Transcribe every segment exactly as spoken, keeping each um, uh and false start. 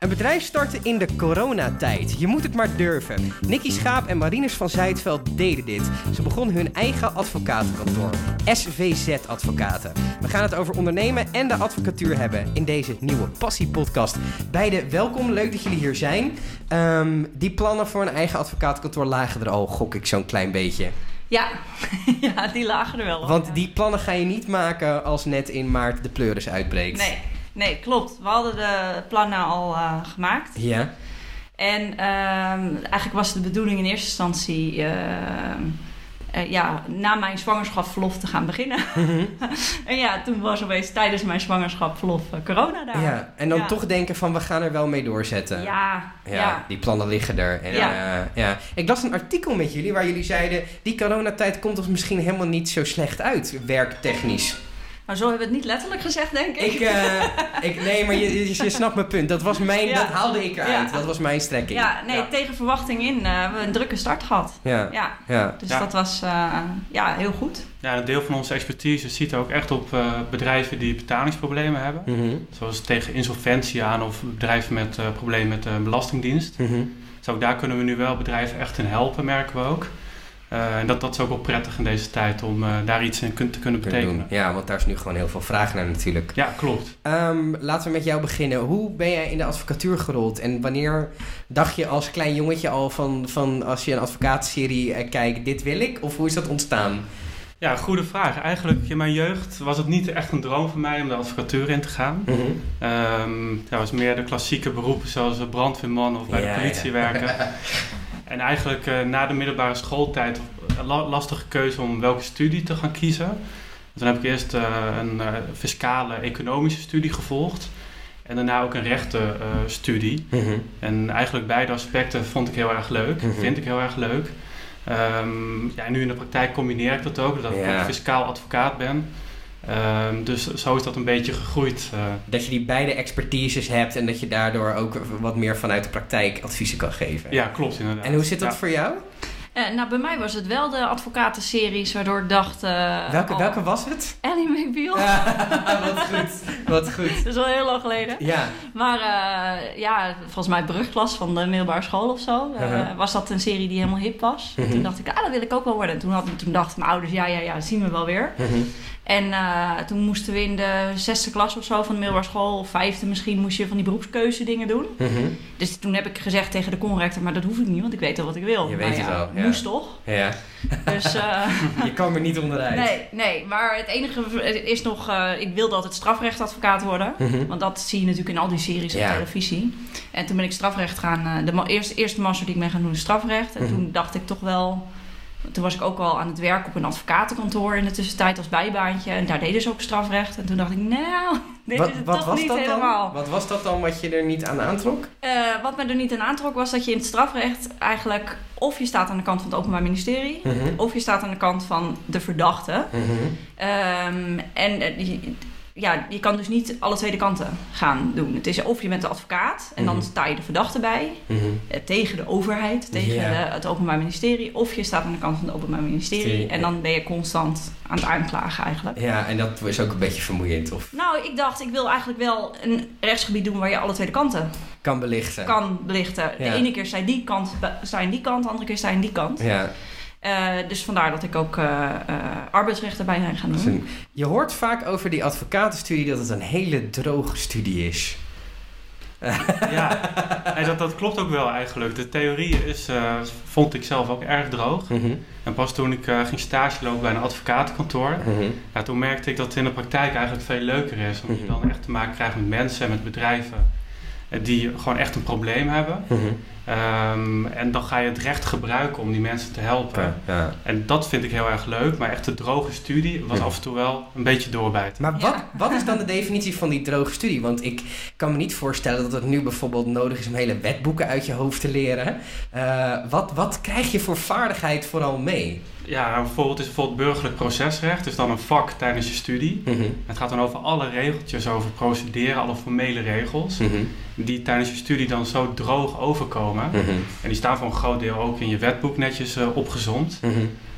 Een bedrijf starten in de coronatijd. Je moet het maar durven. Nicky Schaap en Marinus van Zijtveld deden dit. Ze begonnen hun eigen advocatenkantoor. S V Z Advocaten. We gaan het over ondernemen en de advocatuur hebben in deze nieuwe Passie-podcast. Beide welkom, leuk dat jullie hier zijn. Um, die plannen voor een eigen advocatenkantoor lagen er al, gok ik zo'n klein beetje. Ja, ja, die lagen er wel op. Want ja. die plannen ga je niet maken als net in maart de pleuris uitbreekt. Nee, nee, klopt. We hadden de plannen al uh, gemaakt. Ja. En uh, eigenlijk was de bedoeling in eerste instantie uh, uh, ja, na mijn zwangerschapsverlof te gaan beginnen. Mm-hmm. En ja, toen was opeens tijdens mijn zwangerschapsverlof uh, corona daar. Ja, en dan ja. toch denken van we gaan er wel mee doorzetten. Ja, Ja, ja. die plannen liggen er. En, Ja. Uh, ja. Ik las een artikel met jullie waar jullie zeiden die coronatijd komt ons misschien helemaal niet zo slecht uit, werktechnisch. Maar zo hebben we het niet letterlijk gezegd, denk ik. Ik, uh, ik nee, maar je, je, je snapt mijn punt. Dat was mijn, Ja. dat haalde ik eruit. Ja. Dat was mijn strekking. Ja, nee, ja. tegen verwachting in uh, hebben we een drukke start gehad. Ja. Ja. Ja. Dus Ja. dat was uh, ja, heel goed. Ja, een deel van onze expertise ziet ook echt op uh, bedrijven die betalingsproblemen hebben. Mm-hmm. Zoals tegen insolventie aan of bedrijven met uh, problemen met de uh, belastingdienst. Mm-hmm. Dus ook daar kunnen we nu wel bedrijven echt in helpen, merken we ook. Uh, en dat, dat is ook wel prettig in deze tijd om uh, daar iets in kun, te kunnen betekenen. Doen. Ja, want daar is nu gewoon heel veel vraag naar natuurlijk. Ja, klopt. Um, laten we met jou beginnen. Hoe ben jij in de advocatuur gerold? En wanneer dacht je als klein jongetje al van, van als je een advocatenserie uh, kijkt, dit wil ik? Of hoe is dat ontstaan? Ja, goede vraag. Eigenlijk in mijn jeugd was het niet echt een droom van mij om de advocatuur in te gaan. Mm-hmm. Um, ja, was meer de klassieke beroepen zoals brandweerman of bij Ja, de politie ja. werken. En eigenlijk uh, na de middelbare schooltijd een la- lastige keuze om welke studie te gaan kiezen. Toen heb ik eerst uh, een uh, fiscale economische studie gevolgd. En daarna ook een rechtenstudie. Uh, Mm-hmm. en eigenlijk beide aspecten vond ik heel erg leuk. Mm-hmm. Vind ik heel erg leuk. Um, ja, nu in de praktijk combineer ik dat ook. Dat ik Ja. ook fiscaal advocaat ben. Um, dus zo is dat een beetje gegroeid. Uh, Dat je die beide expertises hebt en dat je daardoor ook wat meer vanuit de praktijk adviezen kan geven. ja, klopt inderdaad. En hoe zit dat ja. voor jou? Uh, nou, bij mij was het wel de advocatenseries waardoor ik dacht... Uh, Welke, oh, welke was het? Ellie McBeal. Wat goed, wat goed. Dat is al heel lang geleden. Ja. Maar uh, ja, volgens mij brugklas van de middelbare school of zo. Uh, Uh-huh. Was dat een serie die helemaal hip was. Uh-huh. Toen dacht ik, ah, dat wil ik ook wel worden. En toen, had, toen dachten mijn ouders, ja, ja, ja, dat zien we wel weer. Mm-hmm. En uh, toen moesten we in de zesde klas of zo van de middelbare school... of vijfde misschien, moest je van die beroepskeuze dingen doen. Mm-hmm. Dus toen heb ik gezegd tegen de conrector... maar dat hoef ik niet, want ik weet al wat ik wil. Je Nou weet ja, het wel, ja. Moest toch? Ja. Dus... Uh, Je kan er niet onderuit. Nee, nee, maar het enige is nog... Uh, ik wilde altijd strafrechtadvocaat worden. Mm-hmm. Want dat zie je natuurlijk in al die series Ja. op televisie. En toen ben ik strafrecht gaan... Uh, de ma- eerste, eerste master die ik ben gaan doen is strafrecht. En Mm-hmm. toen dacht ik toch wel... Toen was ik ook al aan het werk op een advocatenkantoor in de tussentijd als bijbaantje. En daar deden ze ook strafrecht. En toen dacht ik, nou, dit Wat, is het wat toch was niet dat helemaal. dan? Wat was dat dan wat je er niet aan aantrok? Uh, wat me er niet aan aantrok was dat je in het strafrecht eigenlijk... of je staat aan de kant van het Openbaar Ministerie... Mm-hmm. of je staat aan de kant van de verdachte. Mm-hmm. Um, en uh, je, ja, je kan dus niet alle twee de kanten gaan doen. Het is of je bent de advocaat en dan Mm-hmm. sta je de verdachte bij... Mm-hmm. Uh, tegen de overheid, tegen Ja. de, het Openbaar Ministerie... of je staat aan de kant van het Openbaar Ministerie... Ministerie, en ja. dan ben je constant aan het aanklagen eigenlijk. Ja, en dat is ook een beetje vermoeiend of Nou, ik dacht, ik wil eigenlijk wel een rechtsgebied doen... waar je alle twee de kanten kan belichten. kan belichten. De Ja. ene keer sta je die kant, sta je aan die kant... de andere keer sta je aan die kant. Ja. Uh, dus vandaar dat ik ook uh, uh, arbeidsrecht erbij ben gaan doen. Een, je hoort vaak over die advocatenstudie dat het een hele droge studie is. Ja, en dat, dat klopt ook wel eigenlijk. De theorie is, uh, vond ik zelf ook erg droog. Mm-hmm. En pas toen ik uh, ging stage lopen bij een advocatenkantoor... Mm-hmm. Ja, toen merkte ik dat het in de praktijk eigenlijk veel leuker is. Omdat je dan echt te maken krijgt met mensen en met bedrijven... die gewoon echt een probleem hebben. Mm-hmm. Um, en dan ga je het recht gebruiken om die mensen te helpen. Ja, ja. En dat vind ik heel erg leuk. Maar echt de droge studie was Ja. af en toe wel een beetje doorbijten. Maar wat, Ja. wat is dan de definitie van die droge studie? Want ik kan me niet voorstellen dat het nu bijvoorbeeld nodig is om hele wetboeken uit je hoofd te leren. Uh, wat, wat krijg je voor vaardigheid vooral mee? Ja, nou, bijvoorbeeld is bijvoorbeeld burgerlijk procesrecht. Dus dan een vak tijdens je studie. Mm-hmm. Het gaat dan over alle regeltjes, over procederen, alle formele regels. Mm-hmm. Die tijdens je studie dan zo droog overkomen. Mm-hmm. En die staan voor een groot deel ook in je wetboek netjes uh, opgezond. Mm-hmm.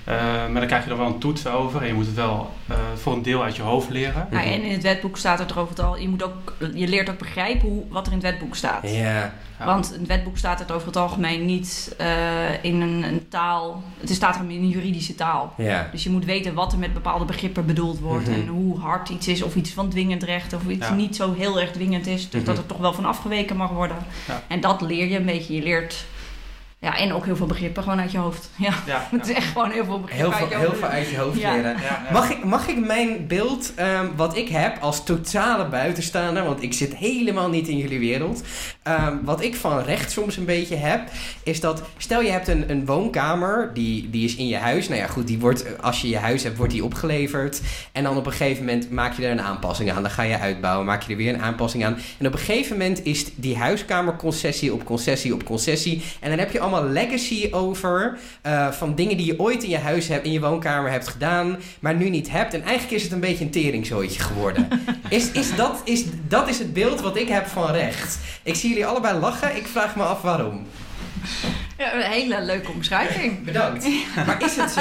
Uh, maar dan krijg je er wel een toets over en je moet het wel uh, voor een deel uit je hoofd leren. Ja, en in het wetboek staat het er over het al. Je, moet ook, je leert ook begrijpen hoe, wat er in het wetboek staat. Ja. Ja. Want in het wetboek staat het over het algemeen niet uh, in een, een taal. Het staat er in een juridische taal. Ja. Dus je moet weten wat er met bepaalde begrippen bedoeld wordt. Mm-hmm. En hoe hard iets is. Of iets van dwingend recht. Of iets Ja. niet zo heel erg dwingend is. Dus Mm-hmm. dat er toch wel van afgeweken mag worden. Ja. En dat leer je een beetje. Je leert... Ja, en ook heel veel begrippen gewoon uit je hoofd. Ja, Ja, het is ja. echt gewoon heel veel begrippen Heel uit veel, je heel hoofd. veel uit je hoofd Ja. leren. Ja, ja. Mag ik, mag ik mijn beeld, um, wat ik heb als totale buitenstaander, want ik zit helemaal niet in jullie wereld. Um, wat ik van recht soms een beetje heb, is dat, stel je hebt een, een woonkamer, die, die is in je huis. Nou ja, goed, die wordt, als je je huis hebt, wordt die opgeleverd. En dan op een gegeven moment maak je er een aanpassing aan. Dan ga je uitbouwen, maak je er weer een aanpassing aan. En op een gegeven moment is die huiskamer concessie op concessie op concessie. En dan heb je allemaal legacy over uh, van dingen die je ooit in je huis hebt, in je woonkamer hebt gedaan, maar nu niet hebt. En eigenlijk is het een beetje een teringzooitje geworden. is, is dat, is, dat is het beeld wat ik heb van recht. Ik zie jullie allebei lachen. Ik vraag me af waarom. Ja, een hele leuke omschrijving. Bedankt. Maar is het zo?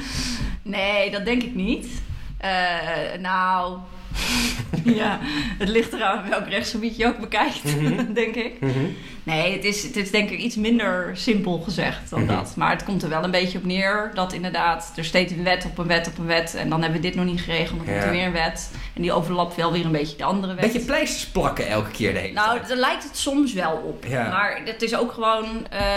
Nee, dat denk ik niet. Uh, nou... ja, het ligt eraan welk rechtsgebied je ook bekijkt, Mm-hmm. denk ik. Mm-hmm. Nee, het is, het is denk ik iets minder simpel gezegd dan Mm-hmm. dat. Maar het komt er wel een beetje op neer dat inderdaad... er steeds een wet op een wet op een wet... en dan hebben we dit nog niet geregeld, dan Ja. komt er weer een wet... en die overlapt wel weer een beetje de andere wet. Beetje pleisters plakken elke keer de hele Nou, tijd. daar lijkt het soms wel op. Ja. Maar het is ook gewoon...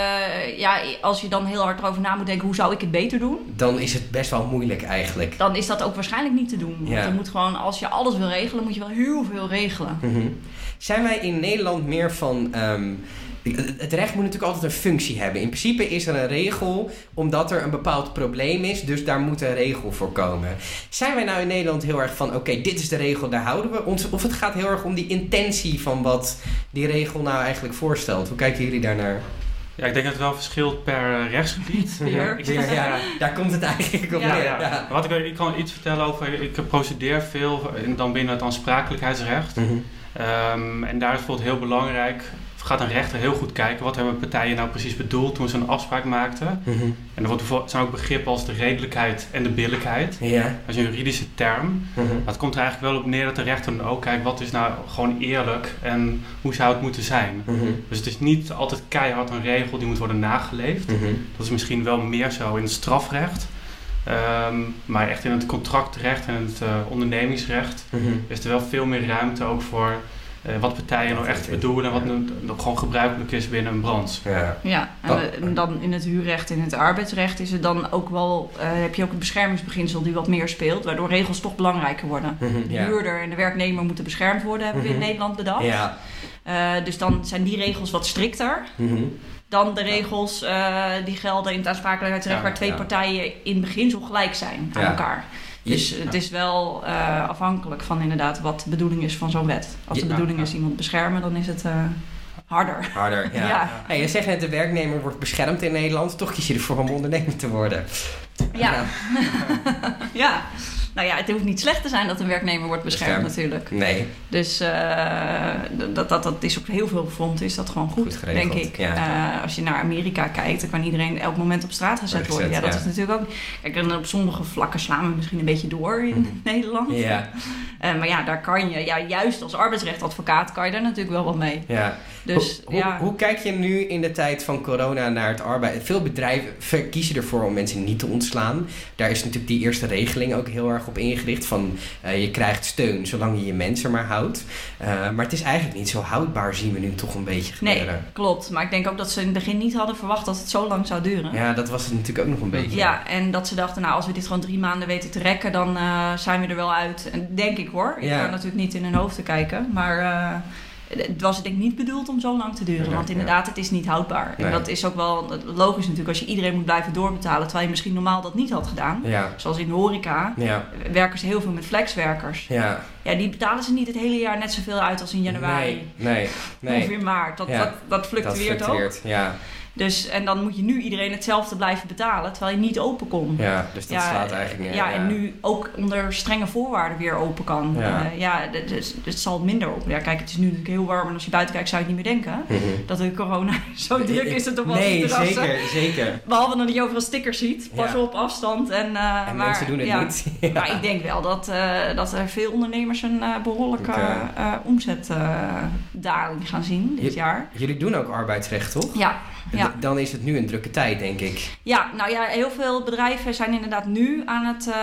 Uh, ja, als je dan heel hard erover na moet denken... hoe zou ik het beter doen? Dan is het best wel moeilijk eigenlijk. Dan is dat ook waarschijnlijk niet te doen. Want Ja. je moet gewoon, als je alles wil regelen... moet je wel heel veel regelen. Mm-hmm. Zijn wij in Nederland meer van... Um, het recht moet natuurlijk altijd een functie hebben. In principe is er een regel omdat er een bepaald probleem is. Dus daar moet een regel voor komen. Zijn wij nou in Nederland heel erg van... oké, okay, dit is de regel, daar houden we ons... of het gaat heel erg om die intentie van wat die regel nou eigenlijk voorstelt. Hoe kijken jullie daarnaar? Ja, ik denk dat het wel verschilt per uh, rechtsgebied. Weer. Ja, ja, daar komt het eigenlijk op Ja. neer. Ja, ja. Ja. Wat ik, ik kan iets vertellen over... Ik procedeer veel en dan binnen het aansprakelijkheidsrecht. Mm-hmm. Um, en daar is bijvoorbeeld heel belangrijk... gaat een rechter heel goed kijken... wat hebben partijen nou precies bedoeld toen ze een afspraak maakten. Mm-hmm. En er wordt, zijn ook begrippen als de redelijkheid en de billijkheid. Ja. Dat is een juridische term. Mm-hmm. Maar het komt er eigenlijk wel op neer dat de rechter dan ook kijkt... wat is nou gewoon eerlijk en hoe zou het moeten zijn. Mm-hmm. Dus het is niet altijd keihard een regel die moet worden nageleefd. Mm-hmm. Dat is misschien wel meer zo in het strafrecht. Um, maar echt in het contractrecht en het uh, ondernemingsrecht... Mm-hmm. is er wel veel meer ruimte ook voor... Uh, wat partijen nou echt bedoelen en wat Ja. nu nog gewoon gebruikelijk is binnen een branche. Ja. Ja, en, Oh. en dan in het huurrecht en het arbeidsrecht is het dan ook wel, uh, heb je ook het beschermingsbeginsel die wat meer speelt, waardoor regels toch belangrijker worden. Mm-hmm. De Ja. huurder en de werknemer moeten beschermd worden, hebben we Mhm. in Nederland bedacht. Ja. Uh, dus dan zijn die regels wat strikter Mm-hmm. dan de regels uh, die gelden in het aansprakelijkheidsrecht, Ja, waar twee ja. partijen in beginsel gelijk zijn aan Ja. elkaar. Dus het is wel uh, afhankelijk van inderdaad wat de bedoeling is van zo'n wet. Als de Ja. bedoeling Ja. is iemand beschermen, dan is het uh, harder. Harder, ja. Ja. Hey, je zegt net, de werknemer wordt beschermd in Nederland. Toch kies je ervoor om ondernemer te worden. Ja. Ja, nou ja, het hoeft niet slecht te zijn dat een werknemer wordt beschermd, Beschermd. natuurlijk. Nee. Dus uh, dat, dat, dat is op heel veel fronten is dat gewoon goed, Goed geregeld, denk ik. ja. Uh, als je naar Amerika kijkt, dan kan iedereen elk moment op straat gezet Wordt worden. Ja, gezet, dat ja. is natuurlijk ook... Kijk, en op sommige vlakken slaan we misschien een beetje door in Mhm. Nederland. Ja, Uh, maar ja, daar kan je, ja, juist als arbeidsrechtadvocaat kan je daar natuurlijk wel wat mee. ja. Dus hoe, ja... hoe, hoe kijk je nu in de tijd van corona naar het arbeid? Veel bedrijven kiezen ervoor om mensen niet te ontslaan. Daar is natuurlijk die eerste regeling ook heel erg op ingericht. Van uh, je krijgt steun zolang je je mensen maar houdt. Uh, maar het is eigenlijk niet zo houdbaar, zien we nu toch een beetje gebeuren. Nee, klopt. Maar ik denk ook dat ze in het begin niet hadden verwacht dat het zo lang zou duren. Ja, dat was het natuurlijk ook nog een beetje. Ja, en dat ze dachten, nou, als we dit gewoon drie maanden weten te rekken, dan uh, zijn we er wel uit. En denk ik hoor. Ik Ja. kan natuurlijk niet in hun hoofd te kijken. Maar uh, het was denk ik niet bedoeld om zo lang te duren. Ja, Want ja. inderdaad, het is niet houdbaar. Nee. En dat is ook wel logisch natuurlijk als je iedereen moet blijven doorbetalen. Terwijl je misschien normaal dat niet had gedaan. Ja, Zoals in de horeca ja, werken ze heel veel met flexwerkers. ja. ja, die betalen ze niet het hele jaar net zoveel uit als in januari. Nee, nee, nee. Of in maart. Dat, Ja. dat, dat fluctueert dat ook. fluctueert, ja. Dus, en dan moet je nu iedereen hetzelfde blijven betalen, terwijl je niet open kon. Ja, dus dat Ja, slaat eigenlijk neer. Ja, en nu ook onder strenge voorwaarden weer open kan. Ja. Ja, uh, ja d- dus het zal minder op. Ja, kijk, het is nu natuurlijk heel warm en als je buiten kijkt zou je het niet meer denken. Mhm. Dat de corona zo druk is het toch wel Nee, op terrassen. zeker, zeker. Behalve dat je overal stickers ziet. Pas Ja. op afstand. En, uh, En maar, mensen doen het ja. niet. Ja. Maar ik denk wel dat, uh, dat er veel ondernemers een uh, behoorlijke Okay. uh, omzetdaling gaan zien dit Je- jaar. Jullie doen ook arbeidsrecht, toch? Ja, ja. D- Dan is het nu een drukke tijd, denk ik. Ja, nou ja, heel veel bedrijven zijn inderdaad nu aan het, uh,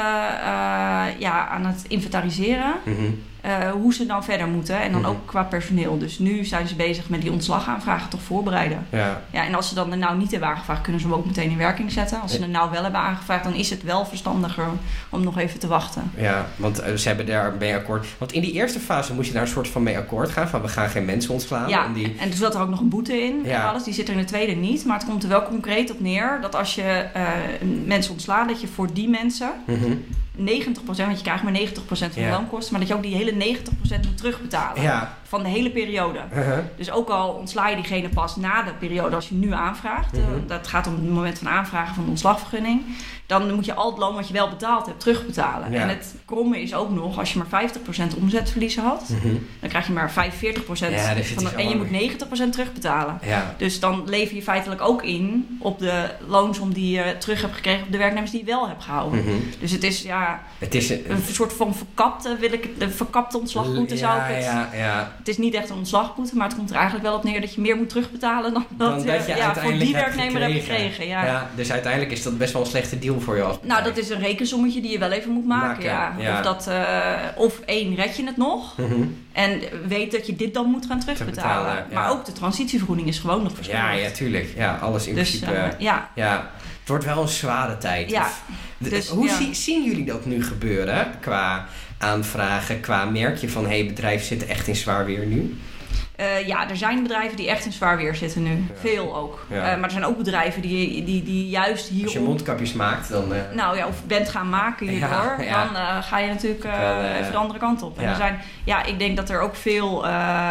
uh, ja, aan het inventariseren. Mhm. Uh, hoe ze dan verder moeten. En dan Mhm. ook qua personeel. Dus nu zijn ze bezig met die ontslagaanvragen toch voorbereiden. Ja. Ja, en als ze dan er nou niet hebben aangevraagd, kunnen ze hem ook meteen in werking zetten. Als ze er nou wel hebben aangevraagd, dan is het wel verstandiger om nog even te wachten. Ja, want uh, ze hebben daar mee akkoord. Want in die eerste fase moest je daar een soort van mee akkoord gaan. Van we gaan geen mensen ontslaan. Ja, En die... en er zat er ook nog een boete in. Ja. En alles. Die zit er in de tweede niet. Maar het komt er wel concreet op neer dat als je uh, mensen ontslaat, dat je voor die mensen Mhm. negentig procent, want je krijgt maar negentig procent van de Ja. loonkosten, maar dat je ook die hele negentig procent moet terugbetalen. Ja. Van de hele periode. Uh-huh. Dus ook al ontsla je diegene pas na de periode als je nu aanvraagt. Mhm. uh, dat gaat om het moment van aanvragen van de ontslagvergunning. Dan moet je al het loon wat je wel betaald hebt terugbetalen. Ja. En het kromme is ook nog, als je maar vijftig procent omzetverliezen had, Mhm. dan krijg je maar vijfenveertig procent. Ja, dus het van is de, en je allemaal- moet negentig procent terugbetalen. Ja. Dus dan lever je feitelijk ook in op de loonsom die je terug hebt gekregen op de werknemers die je wel hebt gehouden. Mhm. Dus het is ja, Het is een, een soort van verkapte, wil ik het, een verkapte ontslagboete zou ik ja, het. ja, ja. Het is niet echt een ontslagboete, maar het komt er eigenlijk wel op neer dat je meer moet terugbetalen dan dat, Dan je, dat je ja, voor uiteindelijk die hebt werknemer hebt gekregen. gekregen. Ja. Ja, dus uiteindelijk is dat best wel een slechte deal voor je als bedrijf. Nou, dat is een rekensommetje die je wel even moet maken. Maken, ja. ja. Of, dat, uh, of één, red je het nog? Mhm. En weet dat je dit dan moet gaan terugbetalen. Terugbetalen, ja. Maar ook de transitievergoeding is gewoon nog Ja, verschillend. ja, tuurlijk. Ja, alles in Dus principe. uh, ja, Ja, het wordt wel een zware tijd. Ja, Of- de- dus, hoe ja. zie- zien jullie dat nu gebeuren? Qua aanvragen, qua merk je van... hé, hey, bedrijven zitten echt in zwaar weer nu? Uh, ja, er zijn bedrijven die echt in zwaar weer zitten nu. Ja. Veel ook. Ja. Uh, maar er zijn ook bedrijven die, die, die juist hierop... Als je mondkapjes maakt, dan... eh, Nou ja, of bent gaan maken hierdoor, Ja, ja. dan uh, ga je natuurlijk uh, Dan, uh, even de andere kant op. En ja. er zijn, ja, ik denk dat er ook veel uh,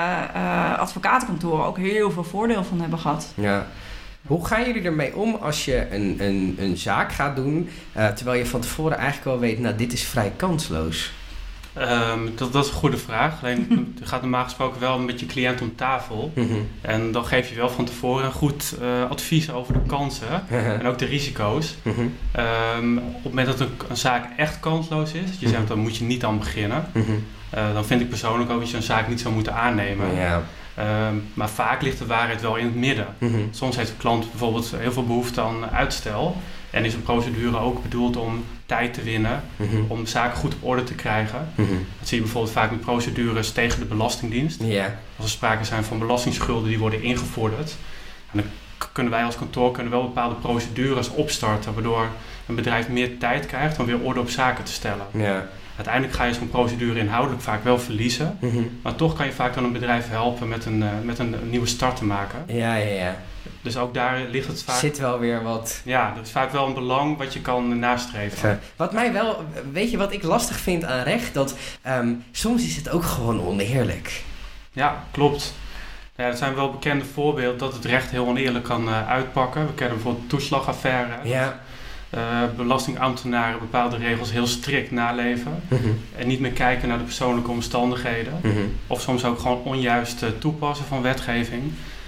uh, advocatenkantoren ook heel veel voordeel van hebben gehad. ja. Hoe gaan jullie ermee om als je een, een, een zaak gaat doen... Uh, terwijl je van tevoren eigenlijk wel weet... nou, dit is vrij kansloos? Um, dat, dat is een goede vraag. Alleen je gaat normaal gesproken wel met je cliënt om tafel. Mhm. En dan geef je wel van tevoren een goed uh, advies over de kansen en ook de risico's. Mhm. Um, op het moment dat een, een zaak echt kansloos is, je zegt dan moet je niet aan beginnen. Mhm. Uh, dan vind ik persoonlijk ook dat je een zaak niet zou moeten aannemen. Ja. Um, maar vaak ligt de waarheid wel in het midden. Mhm. Soms heeft de klant bijvoorbeeld heel veel behoefte aan uitstel. En is een procedure ook bedoeld om tijd te winnen, Mhm. om zaken goed op orde te krijgen. Mhm. Dat zie je bijvoorbeeld vaak met procedures tegen de Belastingdienst. Ja. Als er sprake zijn van belastingsschulden die worden ingevorderd. En dan k- kunnen wij als kantoor kunnen wel bepaalde procedures opstarten, waardoor een bedrijf meer tijd krijgt om weer orde op zaken te stellen. Ja. Uiteindelijk ga je zo'n procedure inhoudelijk vaak wel verliezen. Mhm. Maar toch kan je vaak dan een bedrijf helpen met een, uh, met een, een nieuwe start te maken. Ja, ja, ja. Dus ook daar ligt het vaak... Zit wel weer wat... Ja, er is vaak wel een belang wat je kan nastreven. Wat mij wel... Weet je wat ik lastig vind aan recht? Dat um, soms is het ook gewoon oneerlijk. Ja, klopt. Ja, er zijn wel bekende voorbeelden dat het recht heel oneerlijk kan uh, uitpakken. We kennen bijvoorbeeld de toeslagaffaire. Ja. Uh, belastingambtenaren bepaalde regels heel strikt naleven. Mm-hmm. En niet meer kijken naar de persoonlijke omstandigheden. Mm-hmm. Of soms ook gewoon onjuist uh, toepassen van wetgeving.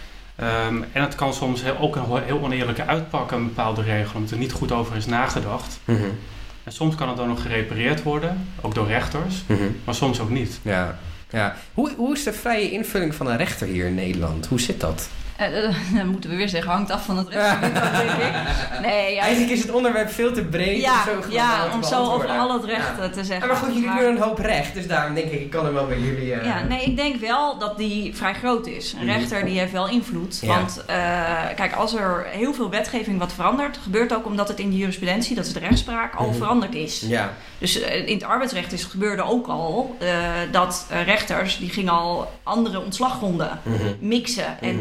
Um, en het kan soms heel, ook een heel oneerlijke uitpakken, een bepaalde regel, omdat er niet goed over is nagedacht. Mm-hmm. En soms kan het dan nog gerepareerd worden, ook door rechters, Mm-hmm. maar soms ook niet. Ja. Ja. Hoe, hoe is de vrije invulling van een rechter hier in Nederland? Hoe zit dat? Uh, uh, dan moeten we weer zeggen, hangt af van het rechtsgebied, denk ik. Nee, ja, Eigenlijk is het onderwerp veel te breed ja, om zo gewoon ja, te om zo beantwoorden. over al het recht Ja. te zeggen. Maar goed, jullie doen een hoop recht, dus daarom denk ik, ik kan er wel bij jullie... Uh... Ja, nee, ik denk wel dat die vrij groot is. Een Mhm. rechter die heeft wel invloed. Ja. Want uh, kijk, als er heel veel wetgeving wat verandert, gebeurt ook omdat het in de jurisprudentie, dat is de rechtspraak, al Mhm. veranderd is. Ja. Dus uh, in het arbeidsrecht is, gebeurde ook al uh, dat uh, rechters, die gingen al andere ontslaggronden Mhm. mixen en Mhm. dan naar een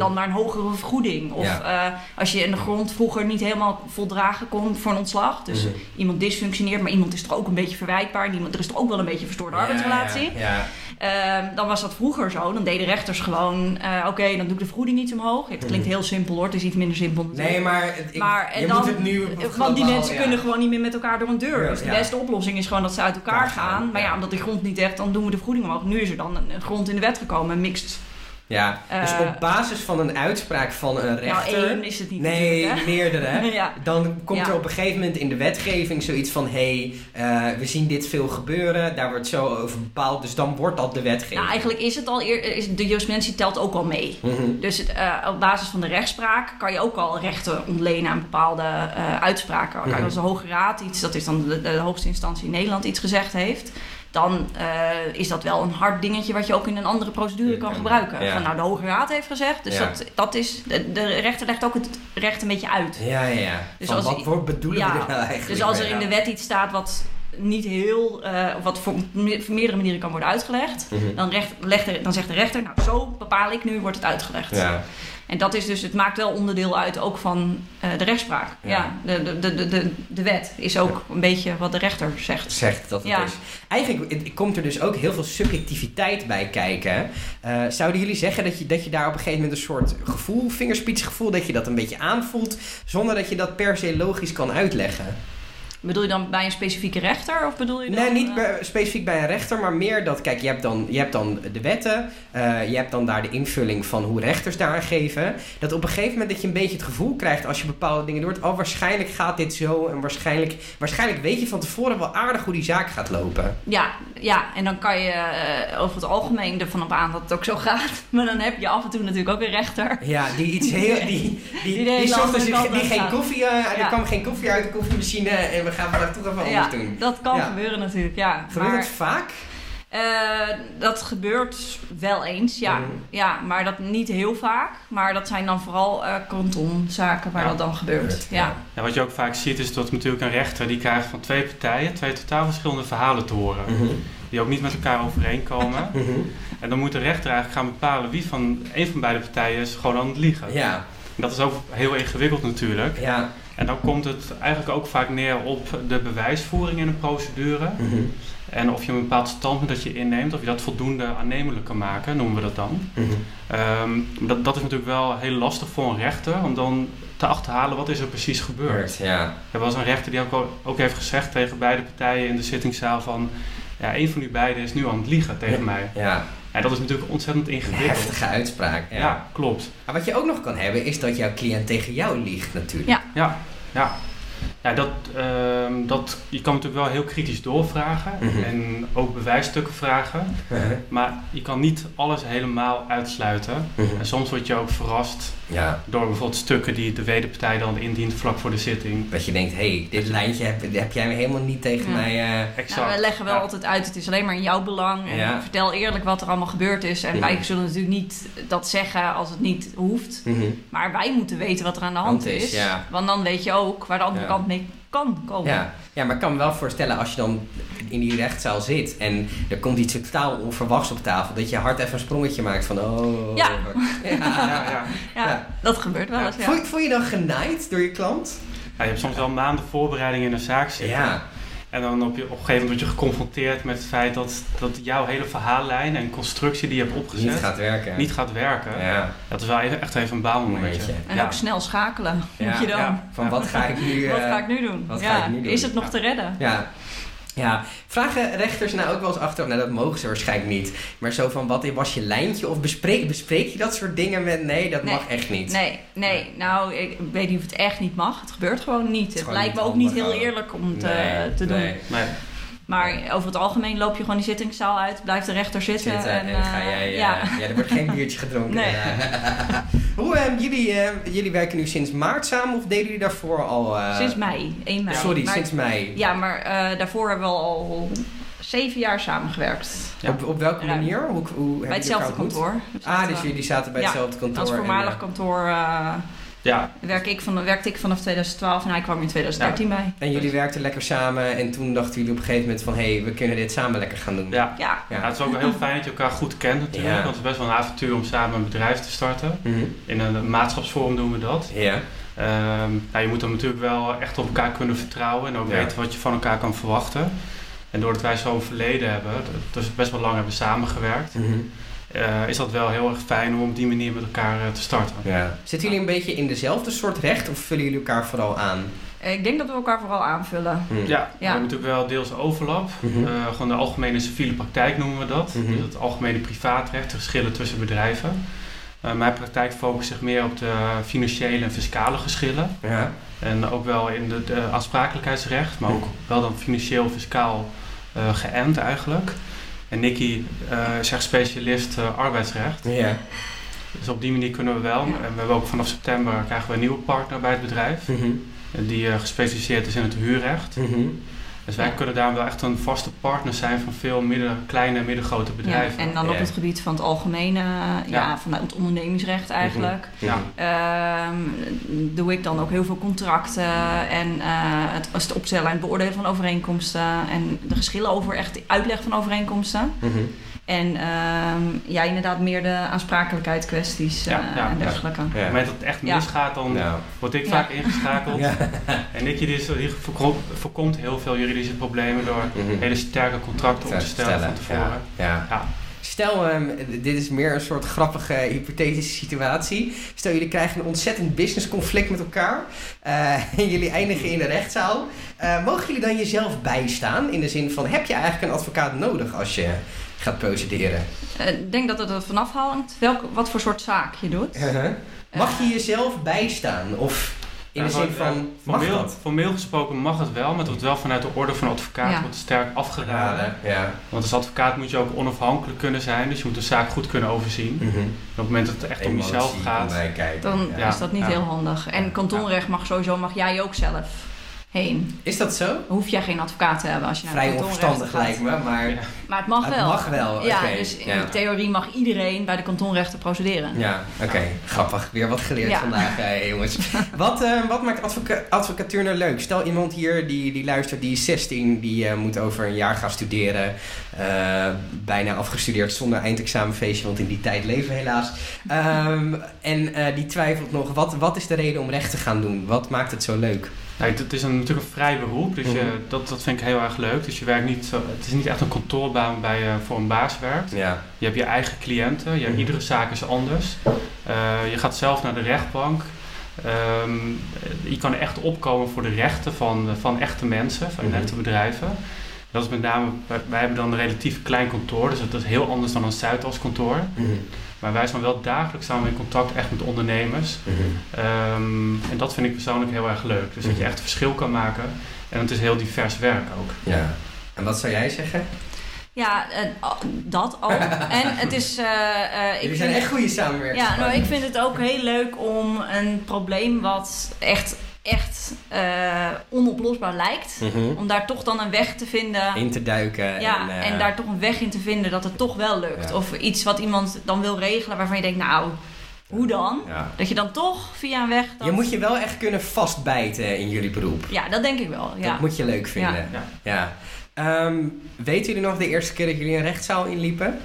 hogere vergoeding. Of Ja. uh, als je in de grond vroeger niet helemaal voldragen kon voor een ontslag. Dus Mm-hmm. iemand dysfunctioneert, maar iemand is toch ook een beetje verwijtbaar. Iemand, er is toch ook wel een beetje een verstoorde arbeidsrelatie. Ja, ja. Uh, dan was dat vroeger zo. Dan deden rechters gewoon, uh, oké, okay, dan doe ik de vergoeding iets omhoog. Het klinkt heel simpel hoor, het is iets minder simpel natuurlijk. Nee, maar, het, ik, maar en je dan, moet het nu... want die globaal, mensen ja. kunnen gewoon niet meer met elkaar door een deur. Ja, Dus de ja. beste oplossing is gewoon dat ze uit elkaar Elkaar gaan. gaan, Maar ja, ja. omdat die grond niet echt, dan doen we de vergoeding omhoog. Nu is er dan een grond in de wet gekomen, mixed. Ja, dus Uh, op basis van een uitspraak van een rechter... Nou, één is het niet Nee, natuurlijk, hè? meerdere. Ja. Dan komt Ja. er op een gegeven moment in de wetgeving zoiets van... hé, hey, uh, we zien dit veel gebeuren, daar wordt zo over bepaald... dus dan wordt dat de wetgeving. Nou, eigenlijk is het al eer, is de jurisprudentie telt ook al mee. Mm-hmm. Dus het, uh, op basis van de rechtspraak kan je ook al rechten ontlenen aan bepaalde uh, uitspraken. Kijk, Mm-hmm. als de Hoge Raad iets, dat is dan de, de hoogste instantie in Nederland, iets gezegd heeft... dan uh, is dat wel een hard dingetje wat je ook in een andere procedure kan gebruiken. Ja. Van nou, de Hoge Raad heeft gezegd, dus Ja. dat, dat is... De, de rechter legt ook het recht een beetje uit. Ja, ja, ja. Dus Van als- wat wordt bedoelen ja, we er nou eigenlijk Dus als er mee? in de wet iets staat wat niet heel... Uh, wat voor me- voor meerdere manieren kan worden uitgelegd... Mhm. dan, recht, legt de, dan zegt de rechter, nou zo bepaal ik nu, wordt het uitgelegd. Ja. En dat is dus, het maakt wel onderdeel uit ook van uh, de rechtspraak. Ja. Ja, de, de, de, de, de wet is ook een beetje wat de rechter zegt. Zegt dat het Ja. is. Eigenlijk het- komt er dus ook heel veel subjectiviteit bij kijken. Uh, zouden jullie zeggen dat je, dat je daar op een gegeven moment een soort gevoel, vingerspitsgevoel, dat je dat een beetje aanvoelt, zonder dat je dat per se logisch kan uitleggen? Bedoel je dan bij een specifieke rechter? Of bedoel je dan, Nee, niet uh, bij, specifiek bij een rechter, maar meer dat... Kijk, je hebt dan, je hebt dan de wetten. Uh, je hebt dan daar de invulling van hoe rechters daaraan geven. Dat op een gegeven moment dat je een beetje het gevoel krijgt... als je bepaalde dingen doet... oh, waarschijnlijk gaat dit zo. En waarschijnlijk, waarschijnlijk weet je van tevoren wel aardig hoe die zaak gaat lopen. Ja, ja, en dan kan je uh, over het algemeen ervan op aan dat het ook zo gaat. Maar dan heb je af en toe natuurlijk ook een rechter. Ja, die iets heel... Die, die, die, Die de hele die, zorgt andere dus- kant die op geen gaat. koffie... Uh, Ja. Er kwam geen koffie uit de koffiemachine... en we gaan vandaag toch even Ja, anders doen. dat kan Ja. gebeuren natuurlijk, ja. Gebeurt maar, het vaak? Uh, dat gebeurt wel eens, ja. Mhm. ja. Maar dat niet heel vaak. Maar dat zijn dan vooral uh, kantonzaken waar Ja. dat dan gebeurt. Ja. Ja, wat je ook vaak ziet is dat natuurlijk een rechter die krijgt van twee partijen twee totaal verschillende verhalen te horen. Mm-hmm. Die ook niet met elkaar overeenkomen. Mm-hmm. En dan moet de rechter eigenlijk gaan bepalen wie van een van beide partijen is gewoon aan het liegen. Ja, En dat is ook heel ingewikkeld natuurlijk. ja. En dan komt het eigenlijk ook vaak neer op de bewijsvoering in een procedure. Mm-hmm. En of je een bepaald standpunt dat je inneemt, of je dat voldoende aannemelijk kan maken, noemen we dat dan. Mm-hmm. Um, dat, dat is natuurlijk wel heel lastig voor een rechter, om dan te achterhalen wat is er precies gebeurd. Ja. Er was een rechter die ook, ook heeft gezegd tegen beide partijen in de zittingszaal van... ja, een van u beiden is nu aan het liegen tegen Ja. mij. Ja. En dat is natuurlijk ontzettend Een ingewikkeld. heftige uitspraak. Ja. Ja, klopt. Maar wat je ook nog kan hebben, is dat jouw cliënt tegen jou liegt natuurlijk. Ja. Ja, ja. Ja, dat, um, dat, je kan natuurlijk wel heel kritisch doorvragen Mhm. en ook bewijsstukken vragen. Uh-huh. Maar je kan niet alles helemaal uitsluiten. Mhm. En soms word je ook verrast Ja. door bijvoorbeeld stukken die de wederpartij dan indient vlak voor de zitting. Dat je denkt, hé, hey, dit lijntje heb, heb jij helemaal niet tegen Ja. mij... uh, Exact. Nou, we leggen wel Ja. altijd uit, het is alleen maar in jouw belang. En Ja. vertel eerlijk wat er allemaal gebeurd is. En Ja. wij zullen natuurlijk niet dat zeggen als het niet hoeft. mm-hmm. Maar wij moeten weten wat er aan de hand Hand is, is. ja. Want dan weet je ook waar de andere Ja. kant mee kan komen. Ja. ja, maar ik kan me wel voorstellen als je dan in die rechtszaal zit en er komt iets totaal onverwachts op tafel, dat je hard even een sprongetje maakt van, oh... Ja. Ja. Ja, ja. Ja, Ja. dat gebeurt wel Ja. eens, ja. Voel, je- voel je dan genaaid door je klant? Ja, je hebt soms wel maanden voorbereiding in een zaak zitten. Ja. En dan op, je, op een gegeven moment word je geconfronteerd met het feit dat, dat jouw hele verhaallijn en constructie die je hebt opgezet Niet gaat werken. niet gaat werken. Ja. Dat is wel even, echt even een baalmomentje. Momentje. En Ja. ook snel schakelen Ja. moet je dan. Ja. Van wat ga ik nu... Wat uh, ga ik nu doen? wat ja. ga ik nu doen? Is het nog Ja. te redden? Ja. Ja, vragen rechters nou ook wel eens achteraf? Nou, dat mogen ze waarschijnlijk niet. Maar zo van, wat was je lijntje? Of bespreek, bespreek je dat soort dingen met... Nee, dat Nee. mag echt niet. Nee, nee. Nou, ik weet niet of het echt niet mag. Het gebeurt gewoon niet. Het, gewoon lijkt niet me ook niet handig heel ook. eerlijk om te, Nee, te doen. nee. Nee. Maar over het algemeen loop je gewoon die zittingszaal uit. Blijft de rechter zitten. Zitten en, en, dan ga eh, jij... uh, ja. ja. er wordt geen biertje gedronken. Nee. Hoe, uh, jullie, uh, jullie werken nu sinds maart samen of deden jullie daarvoor al... Uh, Sinds mei. één mei. Sorry, Maar- sinds mei. Ja, maar uh, daarvoor hebben we al zeven jaar samengewerkt. Ja. Op, op welke Ruim. manier? Hoe, hoe bij hebben hetzelfde jullie elkaar ontmoet? kantoor. Dus Ah, dat, dus uh, jullie zaten bij ja, hetzelfde kantoor. Als voormalig en, uh, kantoor uh, Ja. Werk ik van, werkte ik vanaf twintig twaalf en hij kwam in twintig dertien ja. bij. En jullie werkten lekker samen en toen dachten jullie op een gegeven moment van... hé, hey, we kunnen dit samen lekker gaan doen. Ja. Ja. Ja. Ja, het is ook wel heel fijn dat je elkaar goed kent natuurlijk. Ja. Want het is best wel een avontuur om samen een bedrijf te starten. Mm-hmm. In een maatschapsvorm doen we dat. Ja. Um, nou, je moet dan natuurlijk wel echt op elkaar kunnen vertrouwen en ook Ja. weten wat je van elkaar kan verwachten. En doordat wij zo'n verleden hebben, dus best wel lang hebben samengewerkt, Mm-hmm. uh, is dat wel heel erg fijn om op die manier met elkaar uh, te starten. Ja. Zitten jullie een beetje in dezelfde soort recht of vullen jullie elkaar vooral aan? Ik denk dat we elkaar vooral aanvullen. Mm. Ja, Ja. we hebben natuurlijk wel deels overlap. Mm-hmm. Uh, gewoon de algemene civiele praktijk noemen we dat. Mm-hmm. Dus het algemene privaatrecht, de geschillen tussen bedrijven. Uh, mijn praktijk focust zich meer op de financiële en fiscale geschillen. Ja. En ook wel in de, de aansprakelijkheidsrecht, maar ook wel dan financieel-fiscaal uh, geënt eigenlijk. En Nicky uh, is echt specialist uh, arbeidsrecht. Ja. Dus op die manier kunnen we wel. Ja. En we hebben ook vanaf september krijgen we een nieuwe partner bij het bedrijf. Mm-hmm. Die uh, gespecialiseerd is in het huurrecht. Mm-hmm. Dus wij Ja. kunnen daar wel echt een vaste partner zijn van veel midden, kleine en middengrote bedrijven. Ja, en dan op Ja. het gebied van het algemene, ja, Ja. van het ondernemingsrecht eigenlijk. Ja. Ehm, doe ik dan ook heel veel contracten en uh, het, het opstellen en het beoordelen van overeenkomsten en de geschillen over echt de uitleg van overeenkomsten. Mm-hmm. En um, ja, inderdaad meer de aansprakelijkheid kwesties uh, Ja, ja, en ja. dergelijke. Op het moment dat het echt Ja. misgaat, dan Nou. word ik Ja. vaak ingeschakeld. Ja. En Nicky die, is- die voorko- voorkomt heel veel juridische problemen door Mm-hmm. hele sterke contracten op te stellen van tevoren. Ja. Ja. Ja. Stel, um, dit is meer een soort grappige hypothetische situatie. Stel, jullie krijgen een ontzettend businessconflict met elkaar. Uh, en jullie eindigen in de rechtszaal. Uh, mogen jullie dan jezelf bijstaan? In de zin van, heb je eigenlijk een advocaat nodig als je gaat procederen? Uh, Ik denk dat het er vanaf hangt welk, wat voor soort zaak je doet. Uh-huh. Mag je jezelf bijstaan? Of in Ja, de zin voor- van, ja, mag formeel, dat? formeel gesproken mag het wel, maar het wordt wel vanuit de orde van advocaat Ja. wordt sterk afgeraden. Ja. Want als advocaat moet je ook onafhankelijk kunnen zijn, dus je moet de zaak goed kunnen overzien. Mm-hmm. En op het moment dat het echt om jezelf gaat, Dan Ja. is dat niet Ja. heel handig. En kantonrecht mag sowieso, mag jij ook zelf heen. Is dat zo? Dan hoef jij geen advocaat te hebben als je naar Vrij de kantonrechten onverstandig gaat. lijkt me, maar Ja. Maar het mag het wel. mag wel. Ja, oké. dus in Ja. theorie mag iedereen bij de kantonrechten procederen. Ja, oké. Grappig. Weer wat geleerd Ja. vandaag, eh, jongens. wat, eh, wat maakt advoca- advocatuur nou leuk? Stel iemand hier die, die luistert, die is zestien, die uh, moet over een jaar gaan studeren. Uh, bijna afgestudeerd zonder eindexamenfeestje, want in die tijd leven we helaas. Um, en uh, die twijfelt nog, wat, wat is de reden om recht te gaan doen? Wat maakt het zo leuk? Nou, het is een, natuurlijk een vrij beroep, dus je, Mhm. dat, dat vind ik heel erg leuk. Dus je werkt niet zo, het is niet echt een kantoorbaan waar je voor een baas werkt. Ja. Je hebt je eigen cliënten, je, Mhm. iedere zaak is anders. Uh, je gaat zelf naar de rechtbank. Um, je kan echt opkomen voor de rechten van, van echte mensen, van Mhm. echte bedrijven. Dat is met name, wij, wij hebben dan een relatief klein kantoor, dus dat is heel anders dan een Zuidas kantoor. Mm-hmm. Maar wij zijn wel dagelijks samen in contact echt met ondernemers. Mm-hmm. Um, en dat vind ik persoonlijk heel erg leuk. Dus dat je echt verschil kan maken. En het is heel divers werk ook. Ja. En wat zou jij zeggen? Ja, uh, dat ook. En het is... Uh, uh, ik Jullie zijn vind- echt goede samenwerkers. Ja, nou, ik vind het ook heel leuk om een probleem wat echt, echt uh, onoplosbaar lijkt, Mm-hmm. om daar toch dan een weg te vinden. In te duiken. Ja, en, uh, en daar toch een weg in te vinden dat het toch wel lukt. Ja. Of iets wat iemand dan wil regelen waarvan je denkt, nou, hoe dan? Ja. Dat je dan toch via een weg... Dat... Je moet je wel echt kunnen vastbijten in jullie beroep. Ja, dat denk ik wel. Ja. Dat moet je leuk vinden. Ja. Ja. Um, weten jullie nog de eerste keer dat jullie een rechtszaal inliepen?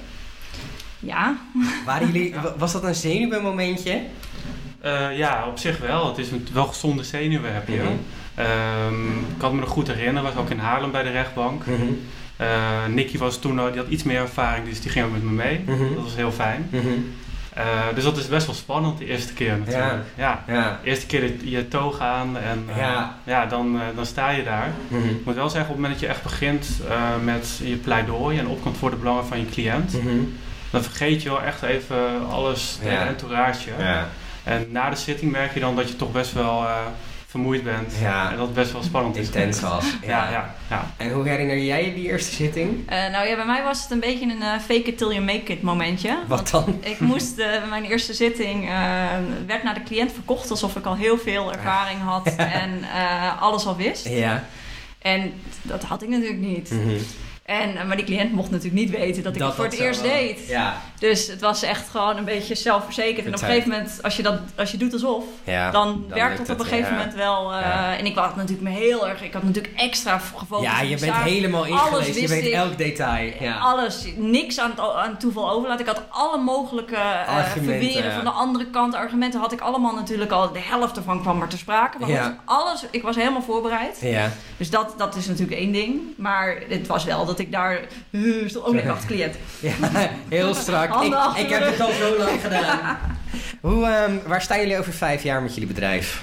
Ja. Waren jullie, wa- was dat een zenuwenmomentje? Uh, ja, op zich wel. Het is een, wel gezonde zenuwen heb je. Mm-hmm. Um, ik kan me nog goed herinneren, was ook in Haarlem bij de rechtbank. Mm-hmm. Uh, Nicky was toen, uh, die had iets meer ervaring, dus die ging ook met me mee. Mm-hmm. Dat was heel fijn. Mm-hmm. Uh, dus dat is best wel spannend de eerste keer natuurlijk. Ja. ja. Ja. De eerste keer de, je toog aan en uh, Ja. ja, dan, uh, dan sta je daar. Mm-hmm. Ik moet wel zeggen, op het moment dat je echt begint uh, met je pleidooi en opkomt voor de belangen van je cliënt, Mm-hmm. dan vergeet je wel echt even alles, de Ja. entourage. Ja. En na de zitting merk je dan dat je toch best wel uh, vermoeid bent. Ja. En dat het best wel spannend is. Intens was. Ja, ja, ja. En hoe herinner jij je die eerste zitting? Uh, nou ja, bij mij was het een beetje een uh, fake it till you make it momentje. Wat dan? Ik moest, uh, mijn eerste zitting uh, werd naar de cliënt verkocht alsof ik al heel veel ervaring had en uh, alles al wist. Ja. En dat had ik natuurlijk niet. Mm-hmm. En, maar die cliënt mocht natuurlijk niet weten dat ik Dat het voor dat het zo eerst was. deed. Ja. Dus het was echt gewoon een beetje zelfverzekerd. En op een gegeven moment, als je, dat, als je doet alsof, Ja, dan, dan werkt lukt dat op een het, gegeven ja. moment wel. Uh, Ja. En ik was natuurlijk me heel erg, ik had natuurlijk extra gefocust. Ja, je op de bent zaak. helemaal Alles ingelezen. Je wist weet ik. elk detail. Ja. Alles, niks aan, het, aan toeval overlaten. Ik had alle mogelijke uh, Argumenten, verweren ja. van de andere kant. Argumenten had ik allemaal natuurlijk al. De helft ervan kwam maar te sprake. Maar Ja. goed, alles, ik was helemaal voorbereid. Ja. Dus dat, dat is natuurlijk één ding. Maar het was wel dat ik daar... Uh, stond ook nog achter cliënt. Ja, heel strak. Ik, Handen achter ik de heb rug. het al zo lang gedaan. Hoe, um, waar staan jullie over vijf jaar met jullie bedrijf?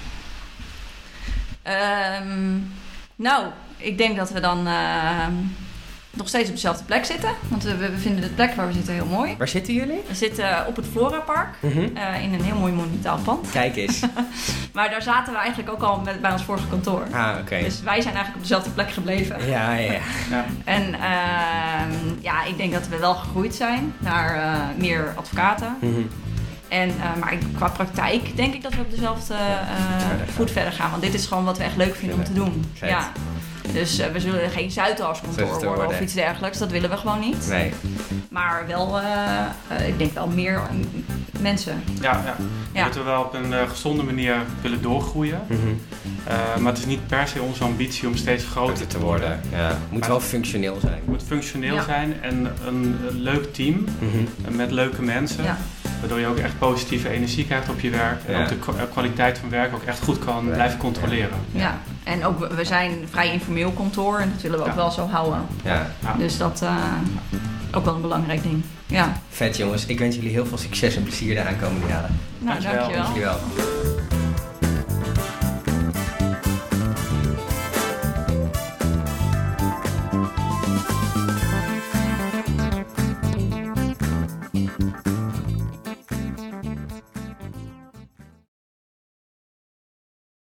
Um, nou, ik denk dat we dan uh, nog steeds op dezelfde plek zitten. Want we, we vinden de plek waar we zitten heel mooi. Waar zitten jullie? We zitten op het Flora Park. Mm-hmm. Uh, in een heel mooi monumentaal pand. Kijk eens. Maar daar zaten we eigenlijk ook al met, bij ons vorige kantoor. Ah, oké. Okay. Dus wij zijn eigenlijk op dezelfde plek gebleven. Ja, ja, ja. Ja. En uh, ja, ik denk dat we wel gegroeid zijn naar uh, meer advocaten. Mm-hmm. En, uh, maar qua praktijk denk ik dat we op dezelfde uh, verder voet verder gaan. Want dit is gewoon wat we echt leuk vinden om te doen. Vet. Ja. Dus uh, we zullen geen Zuidaskantoor worden, worden of iets dergelijks. Dat willen we gewoon niet. Nee. Maar wel, uh, uh, ik denk wel meer uh, mensen. Ja, ja. Ja. Dat we wel op een uh, gezonde manier willen doorgroeien. Mm-hmm. Uh, maar het is niet per se onze ambitie om steeds groter Groter te worden. Ja. Het moet Maar wel functioneel zijn. Het moet functioneel Ja. zijn en een, een leuk team Mm-hmm. met leuke mensen. Ja. Waardoor je ook echt positieve energie krijgt op je werk. En Ja. ook de kwa- kwaliteit van werk ook echt goed kan Ja. blijven controleren. Ja. ja. En ook, we- we zijn een vrij informeel kantoor en dat willen we ook Ja. wel zo houden. Ja. Ja. Dus dat uh, ook wel een belangrijk ding. Ja. Vet jongens. Ik wens jullie heel veel succes en plezier de aankomende jaren. Nou, Dankjewel. dankjewel. Dankjewel.